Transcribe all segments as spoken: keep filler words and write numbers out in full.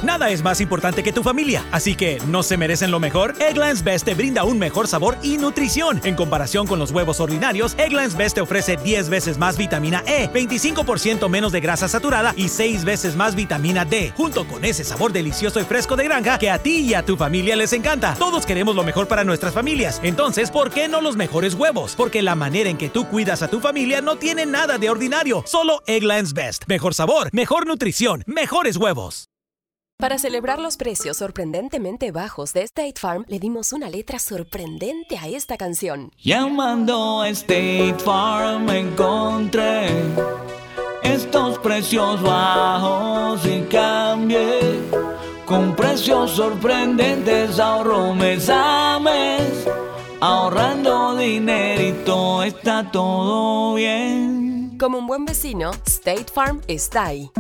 Nada es más importante que tu familia, así que ¿no se merecen lo mejor? Eggland's Best te brinda un mejor sabor y nutrición. En comparación con los huevos ordinarios, Eggland's Best te ofrece diez veces más vitamina E, veinticinco por ciento menos de grasa saturada y seis veces más vitamina D, junto con ese sabor delicioso y fresco de granja que a ti y a tu familia les encanta. Todos queremos lo mejor para nuestras familias, entonces, ¿por qué no los mejores huevos? Porque la manera en que tú cuidas a tu familia no tiene nada de ordinario. Solo Eggland's Best. Mejor sabor, mejor nutrición, mejores huevos. Para celebrar los precios sorprendentemente bajos de State Farm, le dimos una letra sorprendente a esta canción. Llamando a State Farm encontré estos precios bajos y cambié. Con precios sorprendentes ahorro mes a mes. Ahorrando dinerito está todo bien. Como un buen vecino, State Farm está ahí.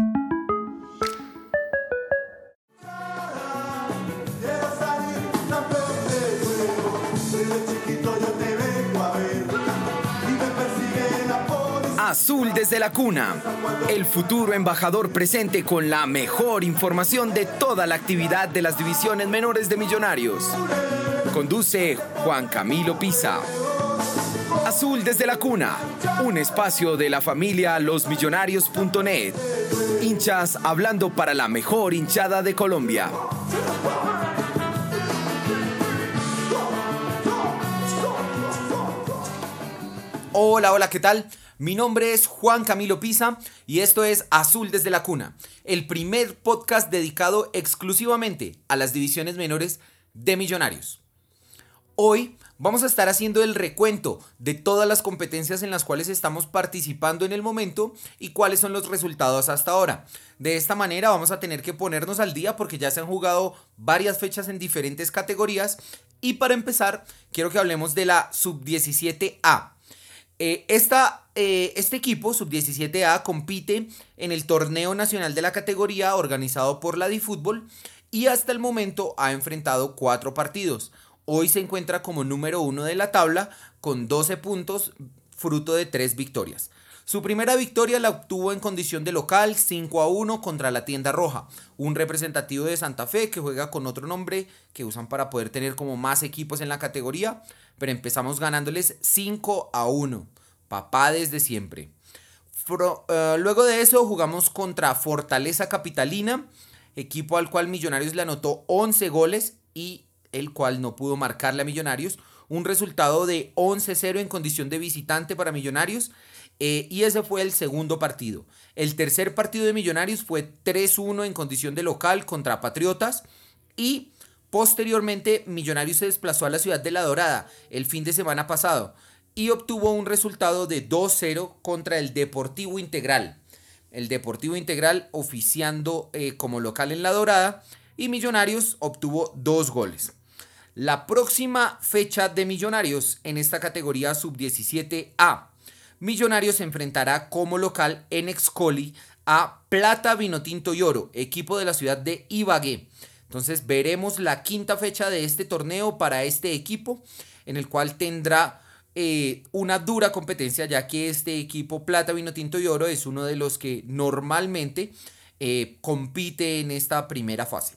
Azul desde la cuna, el futuro embajador presente con la mejor información de toda la actividad de las divisiones menores de Millonarios. Conduce Juan Camilo Pisa. Azul desde la cuna, un espacio de la familia los millonarios punto net. Hinchas hablando para la mejor hinchada de Colombia. Hola, hola, ¿qué tal? Mi nombre es Juan Camilo Pisa y esto es Azul desde la cuna, el primer podcast dedicado exclusivamente a las divisiones menores de Millonarios. Hoy vamos a estar haciendo el recuento de todas las competencias en las cuales estamos participando en el momento y cuáles son los resultados hasta ahora. De esta manera vamos a tener que ponernos al día porque ya se han jugado varias fechas en diferentes categorías y para empezar quiero que hablemos de la sub diecisiete A. Eh, esta, eh, este equipo, sub diecisiete A, compite en el torneo nacional de la categoría organizado por la DiFútbol y hasta el momento ha enfrentado cuatro partidos. Hoy se encuentra como número uno de la tabla con doce puntos, fruto de tres victorias. Su primera victoria la obtuvo en condición de local, cinco a uno contra la Tienda Roja, un representativo de Santa Fe que juega con otro nombre que usan para poder tener como más equipos en la categoría, pero empezamos ganándoles cinco a uno, papá desde siempre. Fro, uh, luego de eso jugamos contra Fortaleza Capitalina, equipo al cual Millonarios le anotó once goles y el cual no pudo marcarle a Millonarios, un resultado de once a cero en condición de visitante para Millonarios. Eh, y ese fue el segundo partido. El tercer partido de Millonarios fue tres a uno en condición de local contra Patriotas. Y posteriormente Millonarios se desplazó a la ciudad de La Dorada el fin de semana pasado y obtuvo un resultado de dos a cero contra el Deportivo Integral. El Deportivo Integral oficiando eh, como local en La Dorada y Millonarios obtuvo dos goles. La próxima fecha de Millonarios en esta categoría sub diecisiete A. Millonarios se enfrentará como local en Excoli a Plata Vinotinto y Oro, equipo de la ciudad de Ibagué. Entonces veremos la quinta fecha de este torneo para este equipo, en el cual tendrá eh, una dura competencia, ya que este equipo Plata Vinotinto y Oro es uno de los que normalmente eh, compite en esta primera fase.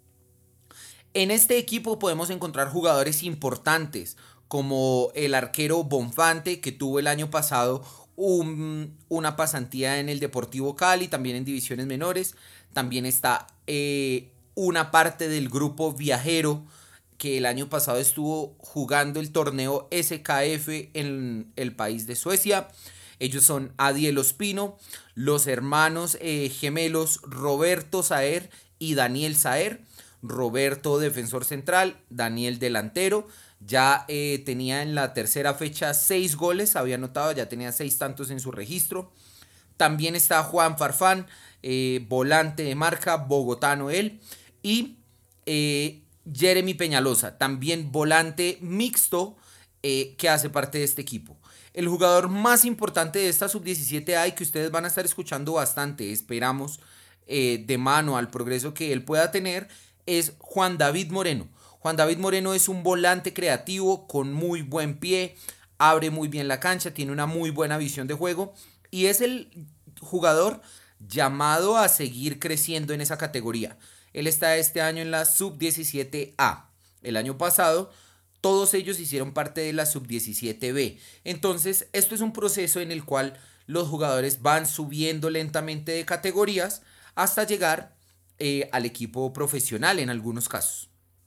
En este equipo podemos encontrar jugadores importantes, como el arquero Bonfante, que tuvo el año pasado un, una pasantía en el Deportivo Cali, también en divisiones menores. También está eh, una parte del grupo Viajero, que el año pasado estuvo jugando el torneo S K F en el país de Suecia. Ellos son Adiel Ospino, los hermanos eh, gemelos Roberto Saer y Daniel Saer. Roberto defensor central, Daniel delantero. Ya eh, tenía en la tercera fecha seis goles, había anotado, ya tenía seis tantos en su registro. También está Juan Farfán, eh, volante de marca, bogotano él. Y eh, Jeremy Peñalosa, también volante mixto eh, que hace parte de este equipo. El jugador más importante de esta sub diecisiete A y que ustedes van a estar escuchando bastante, esperamos, eh, de mano al progreso que él pueda tener, es Juan David Moreno. Juan David Moreno es un volante creativo con muy buen pie, abre muy bien la cancha, tiene una muy buena visión de juego y es el jugador llamado a seguir creciendo en esa categoría. Él está este año en la sub diecisiete A. El año pasado todos ellos hicieron parte de la sub diecisiete B. Entonces, esto es un proceso en el cual los jugadores van subiendo lentamente de categorías hasta llegar eh, al equipo profesional en algunos casos.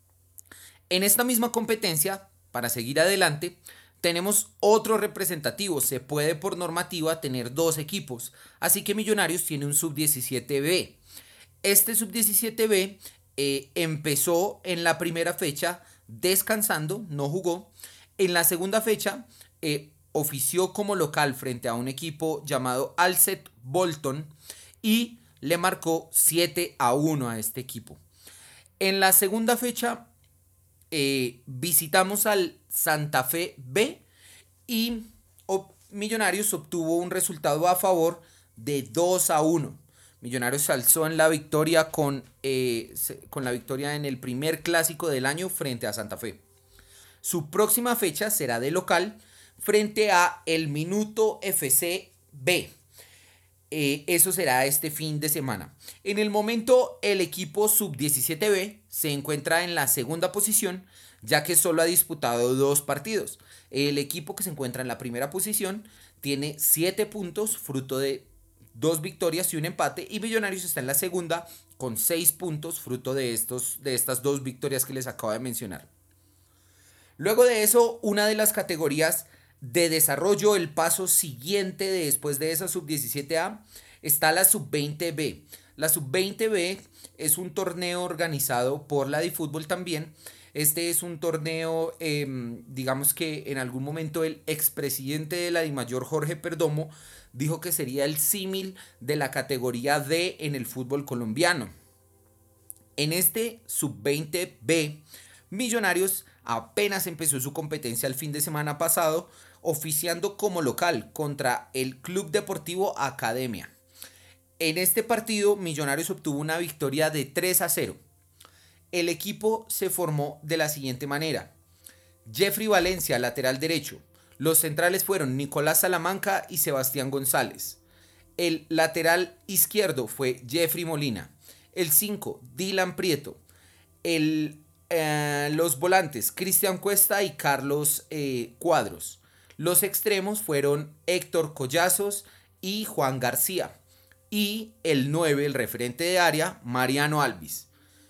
En esta misma competencia, para seguir adelante, tenemos otro representativo. Se puede por normativa tener dos equipos, así que Millonarios tiene un sub diecisiete B. Este sub diecisiete B eh, empezó en la primera fecha descansando, no jugó. En la segunda fecha eh, ofició como local frente a un equipo llamado Alcet Bolton y le marcó siete a uno a este equipo. En la segunda fecha eh, visitamos al Santa Fe B y ob- Millonarios obtuvo un resultado a favor de dos a uno. Millonarios se alzó en la victoria con, eh, con la victoria en el primer clásico del año frente a Santa Fe. Su próxima fecha será de local frente a el Minuto F C B. Eh, eso será este fin de semana. En el momento, el equipo sub diecisiete B se encuentra en la segunda posición, ya que solo ha disputado dos partidos. El equipo que se encuentra en la primera posición tiene siete puntos, fruto de dos victorias y un empate, y Millonarios está en la segunda con seis puntos, fruto de, estos, de estas dos victorias que les acabo de mencionar. Luego de eso, una de las categorías de desarrollo, el paso siguiente de después de esa sub diecisiete A, está la sub veinte B. La sub veinte B es un torneo organizado por la DiFútbol también. Este es un torneo, eh, digamos que en algún momento el expresidente de la DIMAYOR, Jorge Perdomo, dijo que sería el símil de la categoría D en el fútbol colombiano. En este sub veinte B, Millonarios apenas empezó su competencia el fin de semana pasado, oficiando como local contra el Club Deportivo Academia. En este partido, Millonarios obtuvo una victoria de tres a cero. El equipo se formó de la siguiente manera: Jeffrey Valencia, lateral derecho. Los centrales fueron Nicolás Salamanca y Sebastián González. El lateral izquierdo fue Jeffrey Molina. El cinco, Dylan Prieto. El, eh, los volantes, Cristian Cuesta y Carlos eh, Cuadros. Los extremos fueron Héctor Collazos y Juan García. Y el nueve, el referente de área, Mariano Alvis.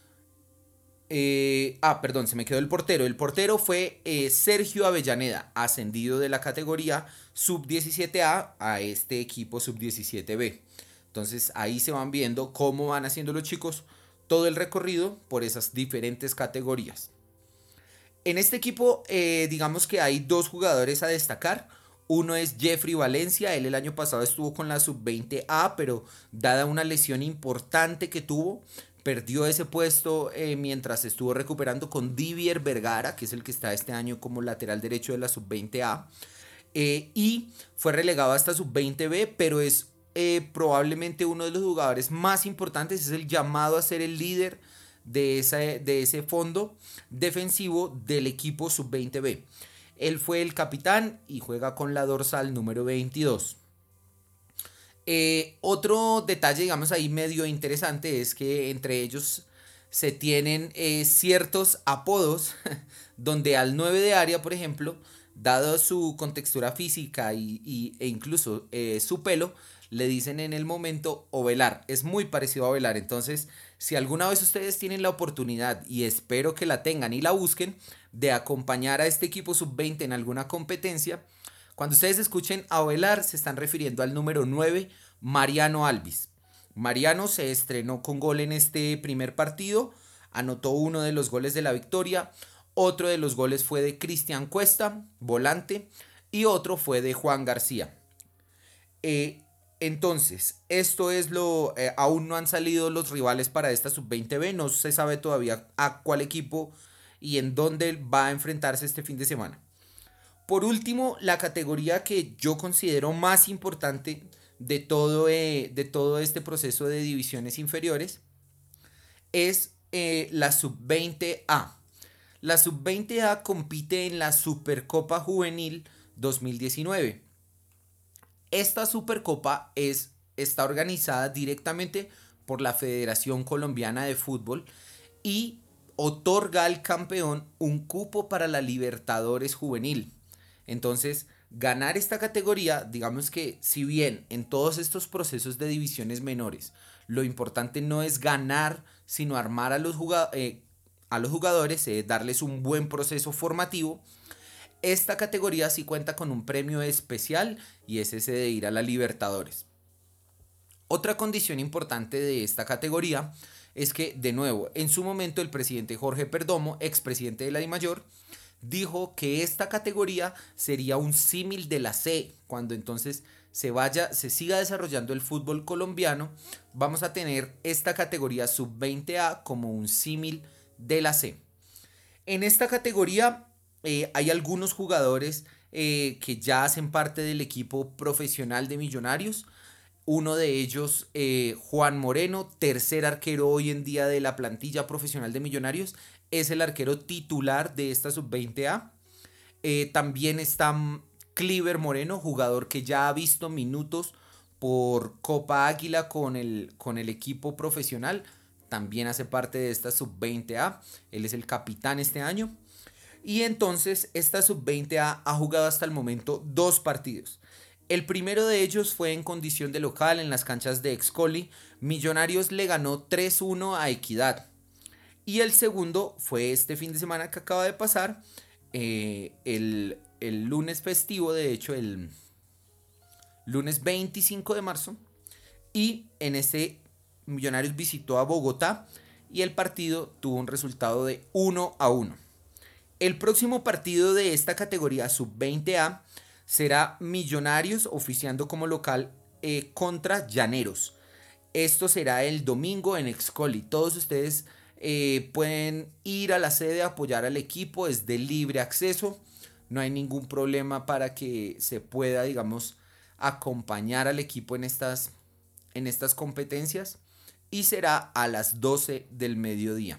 Eh, ah, perdón, se me quedó el portero. El portero fue eh, Sergio Avellaneda, ascendido de la categoría sub diecisiete A a este equipo sub diecisiete B. Entonces ahí se van viendo cómo van haciendo los chicos todo el recorrido por esas diferentes categorías. En este equipo, eh, digamos que hay dos jugadores a destacar. Uno es Jeffrey Valencia. Él el año pasado estuvo con la sub veinte A, pero dada una lesión importante que tuvo, perdió ese puesto eh, mientras estuvo recuperando con Divier Vergara, que es el que está este año como lateral derecho de la sub veinte A. Eh, y fue relegado hasta sub veinte B, pero es eh, probablemente uno de los jugadores más importantes. Es el llamado a ser el líder de, esa, de ese fondo defensivo del equipo sub veinte B. Él fue el capitán y juega con la dorsal número veintidós. Eh, otro detalle, digamos ahí medio interesante, es que entre ellos se tienen eh, ciertos apodos donde al nueve de área, por ejemplo, dado su contextura física y, y, e incluso eh, su pelo, le dicen en el momento Ovelar. Es muy parecido a Ovelar. Entonces, si alguna vez ustedes tienen la oportunidad, y espero que la tengan y la busquen, de acompañar a este equipo sub veinte en alguna competencia, cuando ustedes escuchen a Ovelar, se están refiriendo al número nueve, Mariano Alvis. Mariano se estrenó con gol en este primer partido, anotó uno de los goles de la victoria, otro de los goles fue de Cristian Cuesta, volante, y otro fue de Juan García. Eh, entonces, esto es lo... Eh, aún no han salido los rivales para esta sub veinte B, no se sabe todavía a cuál equipo y en dónde va a enfrentarse este fin de semana. Por último, la categoría que yo considero más importante de todo, eh, de todo este proceso de divisiones inferiores es eh, la sub veinte A. La sub veinte A compite en la Supercopa Juvenil dos mil diecinueve. Esta Supercopa es, está organizada directamente por la Federación Colombiana de Fútbol y otorga al campeón un cupo para la Libertadores Juvenil. Entonces, ganar esta categoría, digamos que si bien en todos estos procesos de divisiones menores, lo importante no es ganar, sino armar a los, jugado- eh, a los jugadores, eh, darles un buen proceso formativo, esta categoría sí cuenta con un premio especial y es ese de ir a la Libertadores. Otra condición importante de esta categoría es que, de nuevo, en su momento el presidente Jorge Perdomo, expresidente de la DIMAYOR, dijo que esta categoría sería un símil de la C. Cuando entonces se vaya, se siga desarrollando el fútbol colombiano, vamos a tener esta categoría sub veinte A como un símil de la C. En esta categoría eh, hay algunos jugadores eh, que ya hacen parte del equipo profesional de Millonarios. Uno de ellos, eh, Juan Moreno, tercer arquero hoy en día de la plantilla profesional de Millonarios, es el arquero titular de esta sub veinte A. Eh, también está Cliver Moreno, jugador que ya ha visto minutos por Copa Águila con el, con el equipo profesional. También hace parte de esta sub veinte A. Él es el capitán este año. Y entonces esta sub veinte A ha jugado hasta el momento dos partidos. El primero de ellos fue en condición de local en las canchas de Excoli. Millonarios le ganó tres uno a Equidad. Y el segundo fue este fin de semana que acaba de pasar, eh, el, el lunes festivo, de hecho el lunes veinticinco de marzo. Y en ese Millonarios visitó a Bogotá y el partido tuvo un resultado de uno a uno. El próximo partido de esta categoría sub veinte A será Millonarios oficiando como local eh, contra Llaneros. Esto será el domingo en Excoli. Todos ustedes eh, pueden ir a la sede a apoyar al equipo. Es de libre acceso. No hay ningún problema para que se pueda, digamos, acompañar al equipo en estas, en estas competencias. Y será a las doce del mediodía.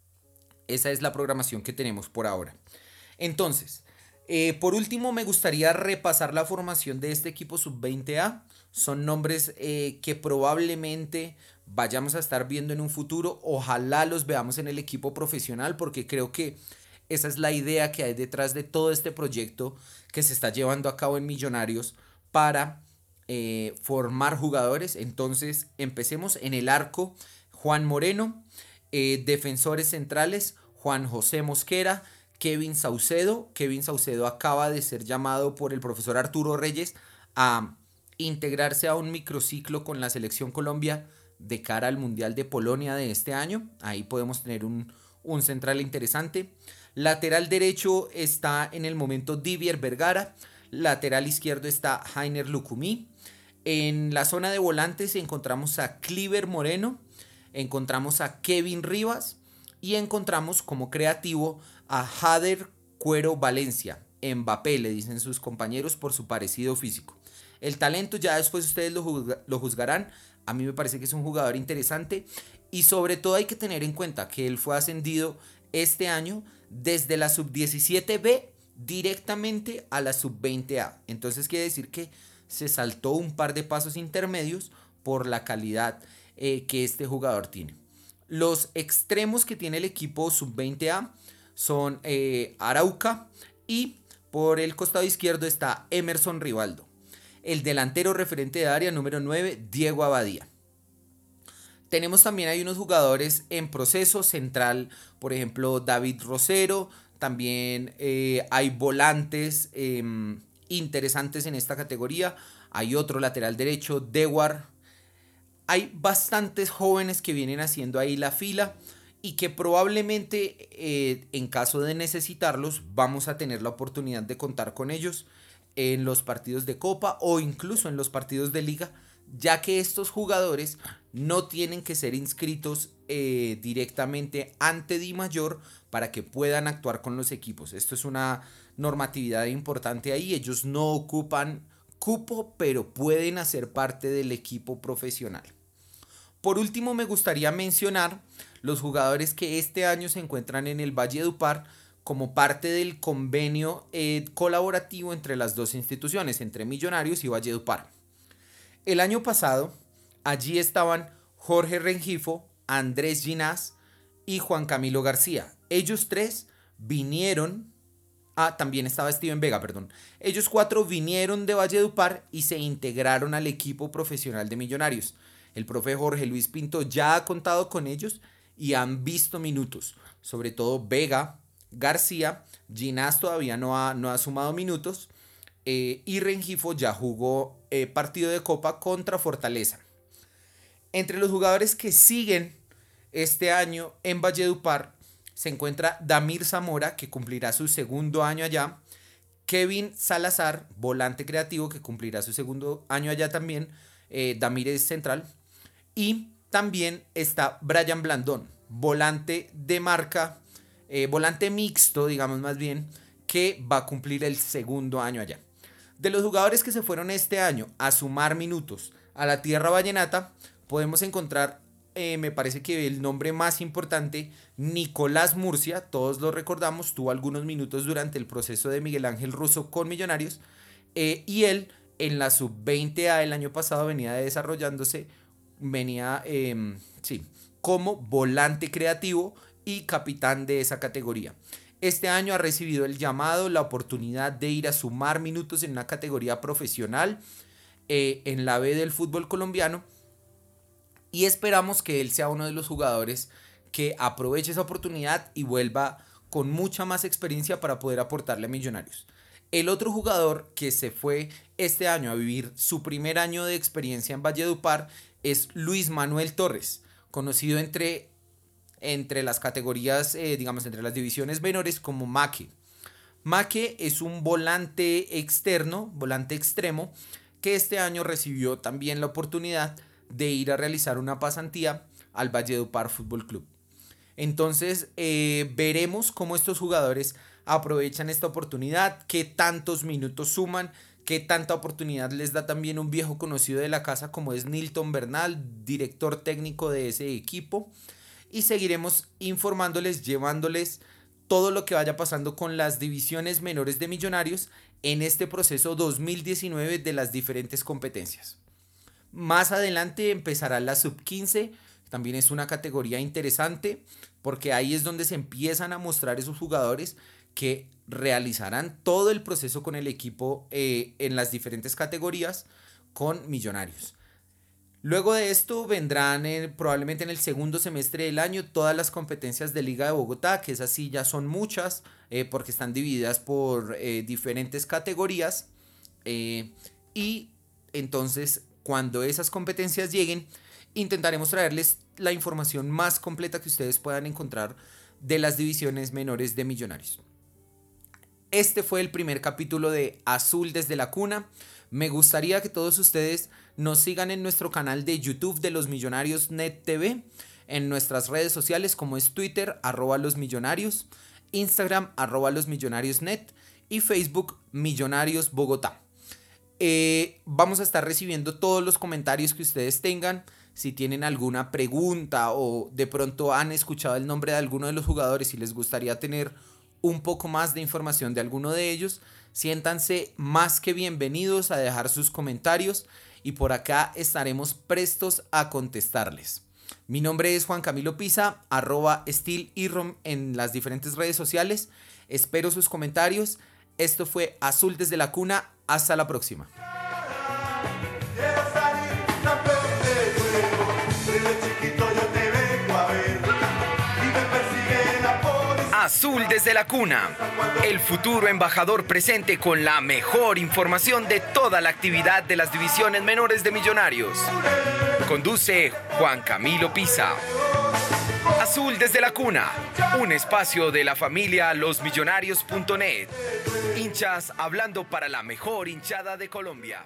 Esa es la programación que tenemos por ahora. Entonces, Eh, por último, me gustaría repasar la formación de este equipo sub veinte A. Son nombres eh, que probablemente vayamos a estar viendo en un futuro. Ojalá los veamos en el equipo profesional, porque creo que esa es la idea que hay detrás de todo este proyecto que se está llevando a cabo en Millonarios para eh, formar jugadores. Entonces, empecemos en el arco. Juan Moreno, eh, defensores centrales, Juan José Mosquera, Kevin Saucedo. Kevin Saucedo acaba de ser llamado por el profesor Arturo Reyes a integrarse a un microciclo con la Selección Colombia de cara al Mundial de Polonia de este año. Ahí podemos tener un, un central interesante. Lateral derecho está en el momento Divier Vergara. Lateral izquierdo está Jainer Lucumí. En la zona de volantes encontramos a Cliver Moreno. Encontramos a Kevin Rivas. Y encontramos como creativo a Jader Cuero Valencia. Mbappé, le dicen sus compañeros por su parecido físico. El talento ya después ustedes lo, juzga, lo juzgarán. A mí me parece que es un jugador interesante. Y sobre todo hay que tener en cuenta que él fue ascendido este año desde la sub diecisiete B directamente a la sub veinte A. Entonces quiere decir que se saltó un par de pasos intermedios por la calidad eh, que este jugador tiene. Los extremos que tiene el equipo sub veinte A son eh, Arauca y por el costado izquierdo está Emerson Rivaldo. El delantero referente de área número nueve, Diego Abadía. Tenemos también hay unos jugadores en proceso central, por ejemplo David Rosero. También eh, hay volantes eh, interesantes en esta categoría. Hay otro lateral derecho, Dewar. Hay bastantes jóvenes que vienen haciendo ahí la fila y que probablemente eh, en caso de necesitarlos vamos a tener la oportunidad de contar con ellos en los partidos de Copa o incluso en los partidos de Liga, ya que estos jugadores no tienen que ser inscritos eh, directamente ante DIMAYOR para que puedan actuar con los equipos. Esto es una normatividad importante ahí. Ellos no ocupan cupo, pero pueden hacer parte del equipo profesional. Por último, me gustaría mencionar los jugadores que este año se encuentran en el Valledupar como parte del convenio eh, colaborativo entre las dos instituciones, entre Millonarios y Valledupar. El año pasado, allí estaban Jorge Rengifo, Andrés Ginás y Juan Camilo García. Ellos tres vinieron, ah, también estaba Steven Vega, perdón. Ellos cuatro vinieron de Valledupar y se integraron al equipo profesional de Millonarios. El profe Jorge Luis Pinto ya ha contado con ellos y han visto minutos, sobre todo Vega, García, Ginás todavía no ha, no ha sumado minutos eh, y Rengifo ya jugó eh, partido de Copa contra Fortaleza. Entre los jugadores que siguen este año en Valledupar se encuentra Damir Zamora, que cumplirá su segundo año allá, Kevin Salazar, volante creativo, que cumplirá su segundo año allá también, eh, Damir es central, y también está Brian Blandón, volante de marca, eh, volante mixto, digamos más bien, que va a cumplir el segundo año allá. De los jugadores que se fueron este año a sumar minutos a la tierra vallenata, podemos encontrar, eh, me parece que el nombre más importante, Nicolás Murcia, todos lo recordamos, tuvo algunos minutos durante el proceso de Miguel Ángel Russo con Millonarios, eh, y él en la sub veinte A el año pasado venía desarrollándose, venía, eh, sí, como volante creativo y capitán de esa categoría. Este año ha recibido el llamado, la oportunidad de ir a sumar minutos en una categoría profesional eh, en la B del fútbol colombiano, y esperamos que él sea uno de los jugadores que aproveche esa oportunidad y vuelva con mucha más experiencia para poder aportarle a Millonarios. El otro jugador que se fue este año a vivir su primer año de experiencia en Valledupar es Luis Manuel Torres, conocido entre, entre las categorías, eh, digamos, entre las divisiones menores como Maque. Maque es un volante externo, volante extremo, que este año recibió también la oportunidad de ir a realizar una pasantía al Valledupar Fútbol Club. Entonces eh, veremos cómo estos jugadores aprovechan esta oportunidad, qué tantos minutos suman, qué tanta oportunidad les da también un viejo conocido de la casa como es Nilton Bernal, director técnico de ese equipo, y seguiremos informándoles, llevándoles todo lo que vaya pasando con las divisiones menores de Millonarios en este proceso dos mil diecinueve de las diferentes competencias. Más adelante empezará la sub quince, también es una categoría interesante porque ahí es donde se empiezan a mostrar esos jugadores que realizarán todo el proceso con el equipo eh, en las diferentes categorías con Millonarios. Luego de esto vendrán eh, probablemente en el segundo semestre del año todas las competencias de Liga de Bogotá, que esas sí ya son muchas eh, porque están divididas por eh, diferentes categorías eh, y entonces cuando esas competencias lleguen intentaremos traerles la información más completa que ustedes puedan encontrar de las divisiones menores de Millonarios. Este fue el primer capítulo de Azul desde la Cuna. Me gustaría que todos ustedes nos sigan en nuestro canal de YouTube de Los Millonarios Net T V, en nuestras redes sociales como es Twitter, arroba Los Millonarios, Instagram, arroba Los Millonarios Net y Facebook, Millonarios Bogotá. Eh, vamos a estar recibiendo todos los comentarios que ustedes tengan. Si tienen alguna pregunta o de pronto han escuchado el nombre de alguno de los jugadores y les gustaría tener un poco más de información de alguno de ellos, siéntanse más que bienvenidos a dejar sus comentarios y por acá estaremos prestos a contestarles. Mi nombre es Juan Camilo Pisa, arroba SteelIrom en las diferentes redes sociales. Espero sus comentarios. Esto fue Azul desde la Cuna. Hasta la próxima. Azul desde la Cuna, el futuro embajador presente con la mejor información de toda la actividad de las divisiones menores de Millonarios. Conduce Juan Camilo Pisa. Azul desde la Cuna, un espacio de la familia los millonarios punto net. Hinchas hablando para la mejor hinchada de Colombia.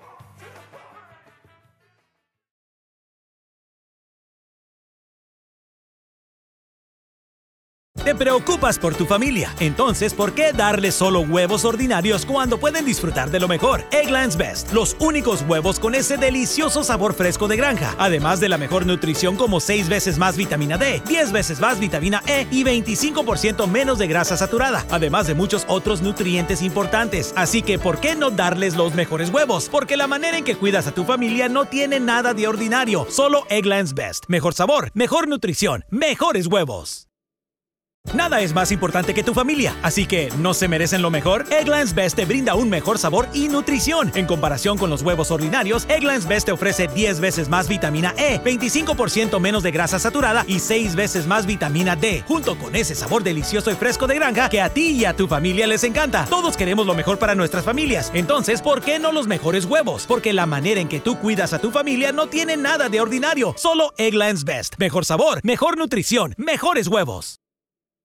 Te preocupas por tu familia, entonces ¿por qué darles solo huevos ordinarios cuando pueden disfrutar de lo mejor? Eggland's Best, los únicos huevos con ese delicioso sabor fresco de granja, además de la mejor nutrición como seis veces más vitamina D, diez veces más vitamina E y veinticinco por ciento menos de grasa saturada, además de muchos otros nutrientes importantes. Así que ¿por qué no darles los mejores huevos? Porque la manera en que cuidas a tu familia no tiene nada de ordinario, solo Eggland's Best. Mejor sabor, mejor nutrición, mejores huevos. Nada es más importante que tu familia, así que ¿no se merecen lo mejor? Eggland's Best te brinda un mejor sabor y nutrición. En comparación con los huevos ordinarios, Eggland's Best te ofrece diez veces más vitamina E, veinticinco por ciento menos de grasa saturada y seis veces más vitamina D, junto con ese sabor delicioso y fresco de granja que a ti y a tu familia les encanta. Todos queremos lo mejor para nuestras familias, entonces ¿por qué no los mejores huevos? Porque la manera en que tú cuidas a tu familia no tiene nada de ordinario, solo Eggland's Best. Mejor sabor, mejor nutrición, mejores huevos.